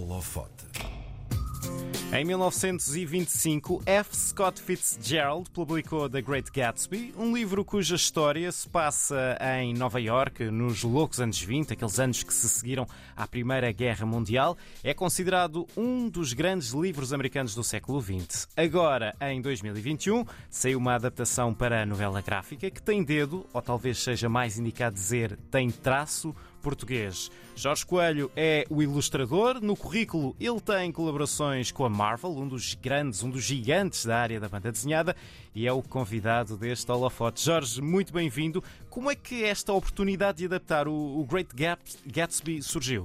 Holofote. Em 1925, F. Scott Fitzgerald publicou The Great Gatsby, um livro cuja história se passa em Nova Iorque, nos loucos anos 20, aqueles anos que se seguiram à Primeira Guerra Mundial. É considerado um dos grandes livros americanos do século XX. Agora, em 2021, saiu uma adaptação para a novela gráfica que tem dedo, ou talvez seja mais indicado dizer, tem traço português. Jorge Coelho é o ilustrador. No currículo ele tem colaborações com a Marvel, um dos gigantes da área da banda desenhada, e é o convidado deste holofote. Jorge, muito bem-vindo. Como é que esta oportunidade de adaptar o Great Gatsby surgiu?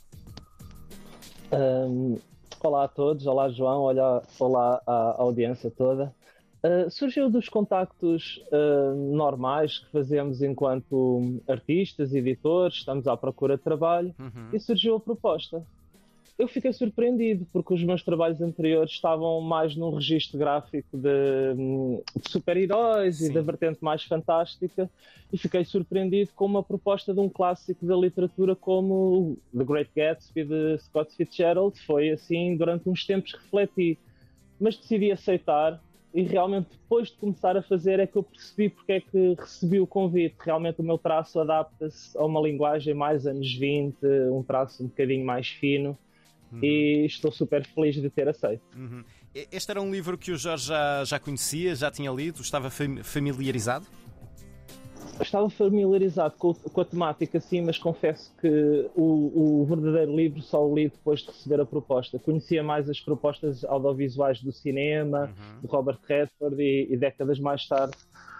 Olá a todos, olá João, olá à audiência toda. Surgiu dos contactos normais que fazemos enquanto artistas, editores, estamos à procura de trabalho e surgiu a proposta. Eu fiquei surpreendido porque os meus trabalhos anteriores estavam mais num registro gráfico de super-heróis e da vertente mais fantástica, e fiquei surpreendido com uma proposta de um clássico da literatura como The Great Gatsby de Scott Fitzgerald. Foi assim, durante uns tempos refleti, mas decidi aceitar. E realmente depois de começar a fazer é que eu percebi porque é que recebi o convite. Realmente o meu traço adapta-se a uma linguagem mais anos 20, um traço um bocadinho mais fino, e estou super feliz de ter aceito. Este era um livro que o Jorge já conhecia, já tinha lido, estava familiarizado? Estava familiarizado com a temática, sim, mas confesso que o verdadeiro livro só o li depois de receber a proposta. Conhecia mais as propostas audiovisuais do cinema, de Robert Redford, e décadas mais tarde,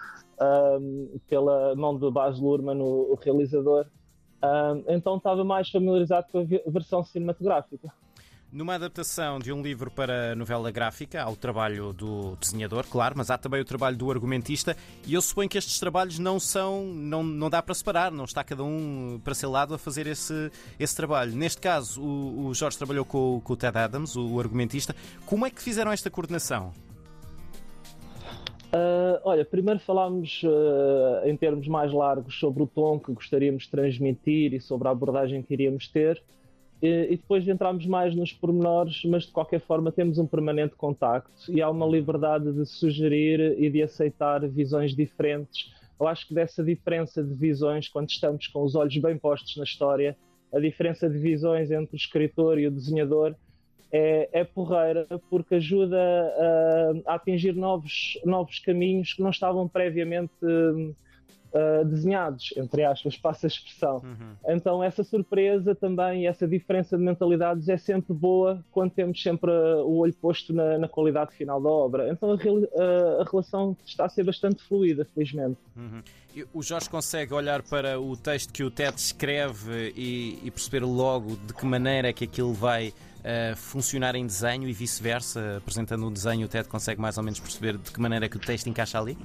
pela mão de Baz Luhrmann, o realizador. Então estava mais familiarizado com a versão cinematográfica. Numa adaptação de um livro para novela gráfica, há o trabalho do desenhador, claro, mas há também o trabalho do argumentista, e eu suponho que estes trabalhos não dá para separar, não está cada um para seu lado a fazer esse trabalho. Neste caso, o Jorge trabalhou com o Ted Adams, o argumentista. Como é que fizeram esta coordenação? Olha, primeiro falámos em termos mais largos sobre o tom que gostaríamos de transmitir e sobre a abordagem que iríamos ter. E depois entramos mais nos pormenores, mas de qualquer forma temos um permanente contacto e há uma liberdade de sugerir e de aceitar visões diferentes. Eu acho que dessa diferença de visões, quando estamos com os olhos bem postos na história, a diferença de visões entre o escritor e o desenhador é porreira, porque ajuda a atingir novos caminhos que não estavam previamente desenhados, entre aspas, passa a expressão. Então essa surpresa também, essa diferença de mentalidades é sempre boa quando temos sempre o olho posto na qualidade final da obra. Então a relação está a ser bastante fluida, felizmente. O Jorge consegue olhar para o texto que o Ted escreve e perceber logo de que maneira é que aquilo vai funcionar em desenho e vice-versa. Apresentando um desenho, o Ted consegue mais ou menos perceber de que maneira é que o texto encaixa ali?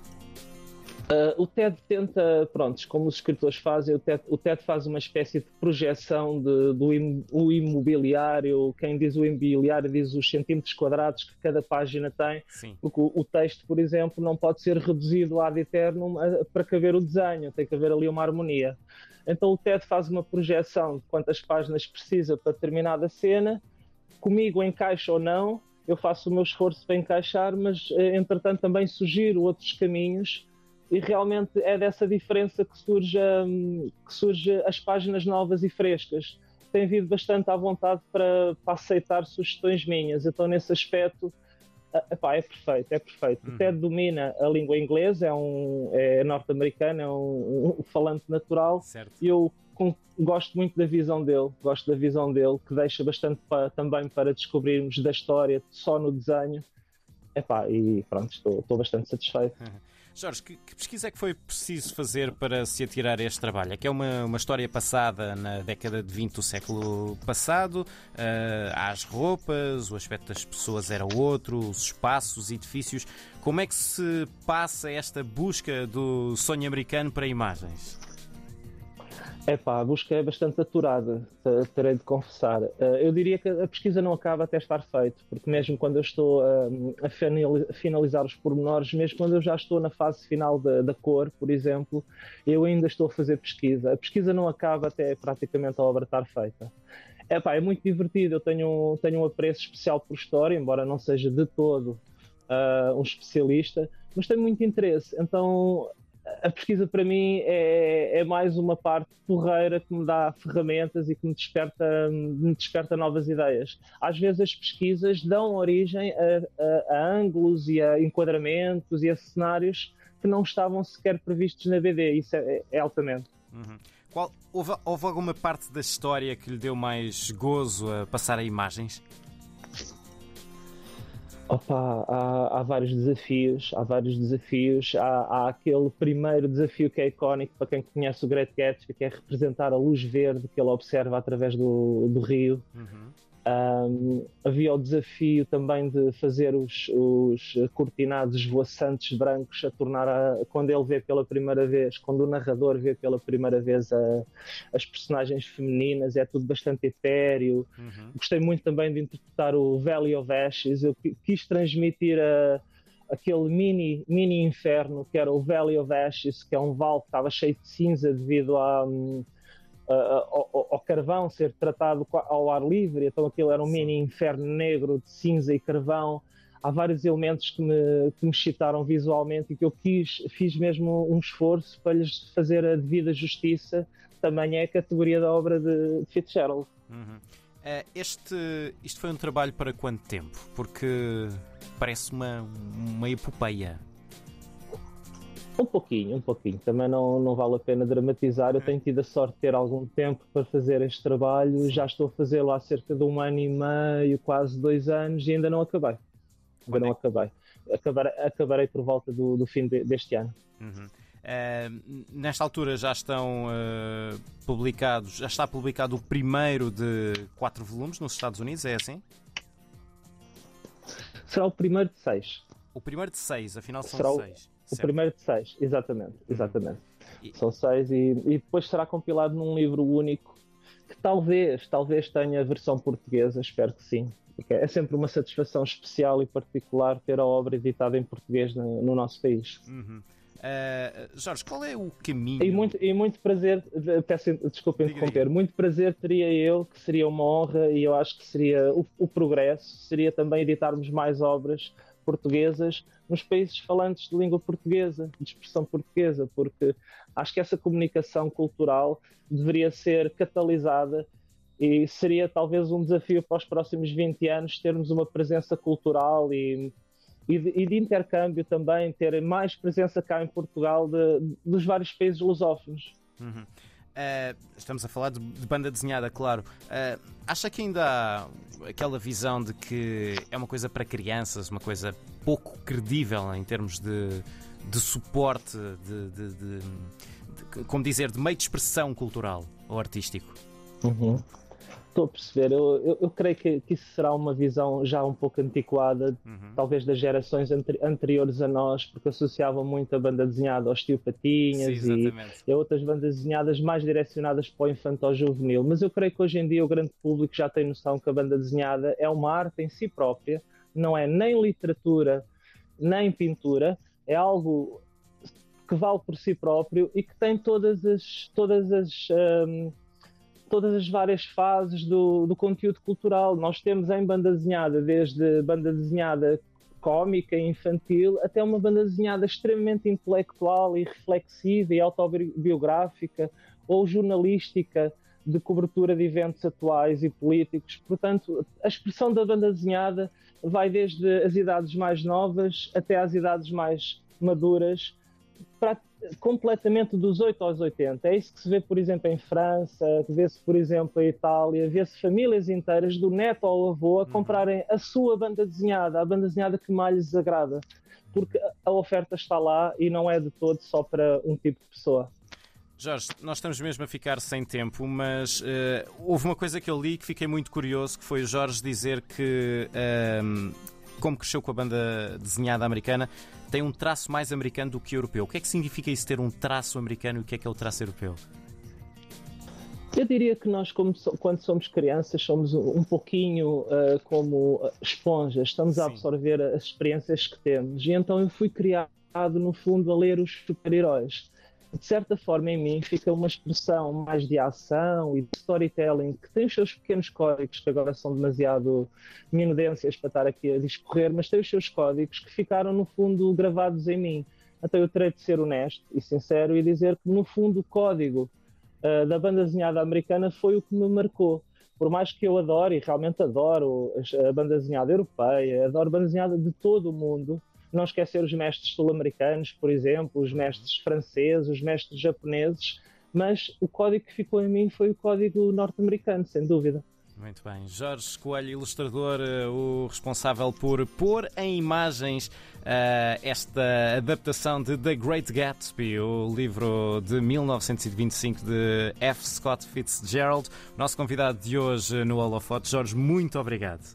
O TED tenta, como os escritores fazem, o TED faz uma espécie de projeção do imobiliário. Quem diz o imobiliário diz os centímetros quadrados que cada página tem. Sim. Porque o texto, por exemplo, não pode ser reduzido ad eternum para caber o desenho, tem que haver ali uma harmonia. Então o TED faz uma projeção de quantas páginas precisa para determinada cena, comigo encaixa ou não, eu faço o meu esforço para encaixar, mas entretanto também sugiro outros caminhos. E realmente é dessa diferença que surge as páginas novas e frescas. Tem havido bastante à vontade para aceitar sugestões minhas. Então, nesse aspecto, é perfeito. O Ted domina a língua inglesa, é norte-americano, é um falante natural. Certo. E eu gosto muito da visão dele, que deixa bastante também para descobrirmos da história só no desenho. E pronto, estou bastante satisfeito. Jorge, que pesquisa é que foi preciso fazer para se atirar a este trabalho? É que é uma história passada na década de 20 do século passado, as roupas, o aspecto das pessoas era outro, os espaços, os edifícios. Como é que se passa esta busca do sonho americano para imagens? A busca é bastante aturada, terei de confessar. Eu diria que a pesquisa não acaba até estar feita, porque mesmo quando eu estou a finalizar os pormenores, mesmo quando eu já estou na fase final da cor, por exemplo, eu ainda estou a fazer pesquisa. A pesquisa não acaba até praticamente a obra estar feita. É muito divertido. Eu tenho um apreço especial por história, embora não seja de todo um especialista, mas tenho muito interesse. Então, a pesquisa para mim é mais uma parte porreira que me dá ferramentas e que me desperta novas ideias. Às vezes as pesquisas dão origem a ângulos e a enquadramentos e a cenários que não estavam sequer previstos na BD. Isso é altamente. Uhum. Houve alguma parte da história que lhe deu mais gozo a passar a imagens? Opa, há vários desafios, há aquele primeiro desafio que é icónico para quem conhece o Great Gatsby, que é representar a luz verde que ele observa através do rio. Uhum. Havia o desafio também de fazer os cortinados esvoaçantes brancos a tornar, quando ele vê pela primeira vez, quando o narrador vê pela primeira vez as personagens femininas, é tudo bastante etéreo. Uhum. Gostei muito também de interpretar o Valley of Ashes. Eu quis transmitir aquele mini inferno que era o Valley of Ashes, que é um vale que estava cheio de cinza devido ao carvão ser tratado ao ar livre. Então aquilo era um mini inferno negro de cinza e carvão. Há vários elementos que me excitaram visualmente e que eu fiz mesmo um esforço para lhes fazer a devida justiça. Também é a categoria da obra de Fitzgerald. Uhum. Isto foi um trabalho para quanto tempo? Porque parece uma epopeia. Um pouquinho. Também não vale a pena dramatizar. Eu tenho tido a sorte de ter algum tempo para fazer este trabalho. Já estou a fazê-lo há cerca de 1 ano e meio, quase 2 anos, e ainda não acabei. Acabarei por volta do fim deste ano. Uhum. Nesta altura já estão publicados, já está publicado o primeiro de 4 volumes nos Estados Unidos, é assim? Será o primeiro de 6. O primeiro de 6, afinal são 6. O primeiro de 6, exatamente. São 6 e depois será compilado num livro único que talvez tenha a versão portuguesa, espero que sim. É sempre uma satisfação especial e particular ter a obra editada em português no nosso país. Uhum. Jorge, qual é o caminho? E muito prazer, peço desculpa interromper, muito prazer teria eu, que seria uma honra, e eu acho que seria o progresso, seria também editarmos mais obras portuguesas nos países falantes de língua portuguesa, de expressão portuguesa, porque acho que essa comunicação cultural deveria ser catalisada e seria talvez um desafio para os próximos 20 anos termos uma presença cultural e de intercâmbio também, ter mais presença cá em Portugal dos vários países lusófonos. Uhum. Estamos a falar de banda desenhada, claro. Acha que ainda há aquela visão de que é uma coisa para crianças, uma coisa pouco credível em termos de suporte, como dizer, de meio de expressão cultural ou artístico? Uhum. Estou a perceber. Eu creio que isso será uma visão já um pouco antiquada, talvez das gerações anteriores a nós, porque associavam muito a banda desenhada aos Tio Patinhas e a outras bandas desenhadas mais direcionadas para o infanto-juvenil. Mas eu creio que hoje em dia o grande público já tem noção que a banda desenhada é uma arte em si própria, não é nem literatura, nem pintura, é algo que vale por si próprio e que tem todas as várias fases do conteúdo cultural. Nós temos em banda desenhada, desde banda desenhada cómica e infantil, até uma banda desenhada extremamente intelectual e reflexiva e autobiográfica, ou jornalística, de cobertura de eventos atuais e políticos. Portanto, a expressão da banda desenhada vai desde as idades mais novas até às idades mais maduras, completamente dos 8 aos 80. É isso que se vê, por exemplo, em França, vê-se, por exemplo, em Itália, vê-se famílias inteiras, do neto ao avô, a comprarem a sua banda desenhada, a banda desenhada que mais lhes agrada, porque a oferta está lá e não é de todo só para um tipo de pessoa. Jorge, nós estamos mesmo a ficar sem tempo, mas houve uma coisa que eu li que fiquei muito curioso, que foi o Jorge dizer que, como cresceu com a banda desenhada americana, tem um traço mais americano do que europeu. O que é que significa isso, ter um traço americano, e o que é o traço europeu? Eu diria que nós, quando somos crianças, somos um pouquinho como esponjas, estamos a absorver as experiências que temos. E então eu fui criado, no fundo, a ler os super-heróis. de certa forma em mim fica uma expressão mais de ação e de storytelling que tem os seus pequenos códigos que agora são demasiado minudências para estar aqui a discorrer, mas tem os seus códigos que ficaram no fundo gravados em mim. Então eu terei de ser honesto e sincero e dizer que no fundo o código da banda desenhada americana foi o que me marcou. Por mais que eu adore, e realmente adoro a banda desenhada europeia, adoro a banda desenhada de todo o mundo, não esquecer os mestres sul-americanos, por exemplo, os mestres franceses, os mestres japoneses, mas o código que ficou em mim foi o código norte-americano, sem dúvida. Muito bem. Jorge Coelho, ilustrador, o responsável por pôr em imagens esta adaptação de The Great Gatsby, o livro de 1925 de F. Scott Fitzgerald. Nosso convidado de hoje no Holofote. Jorge, muito obrigado.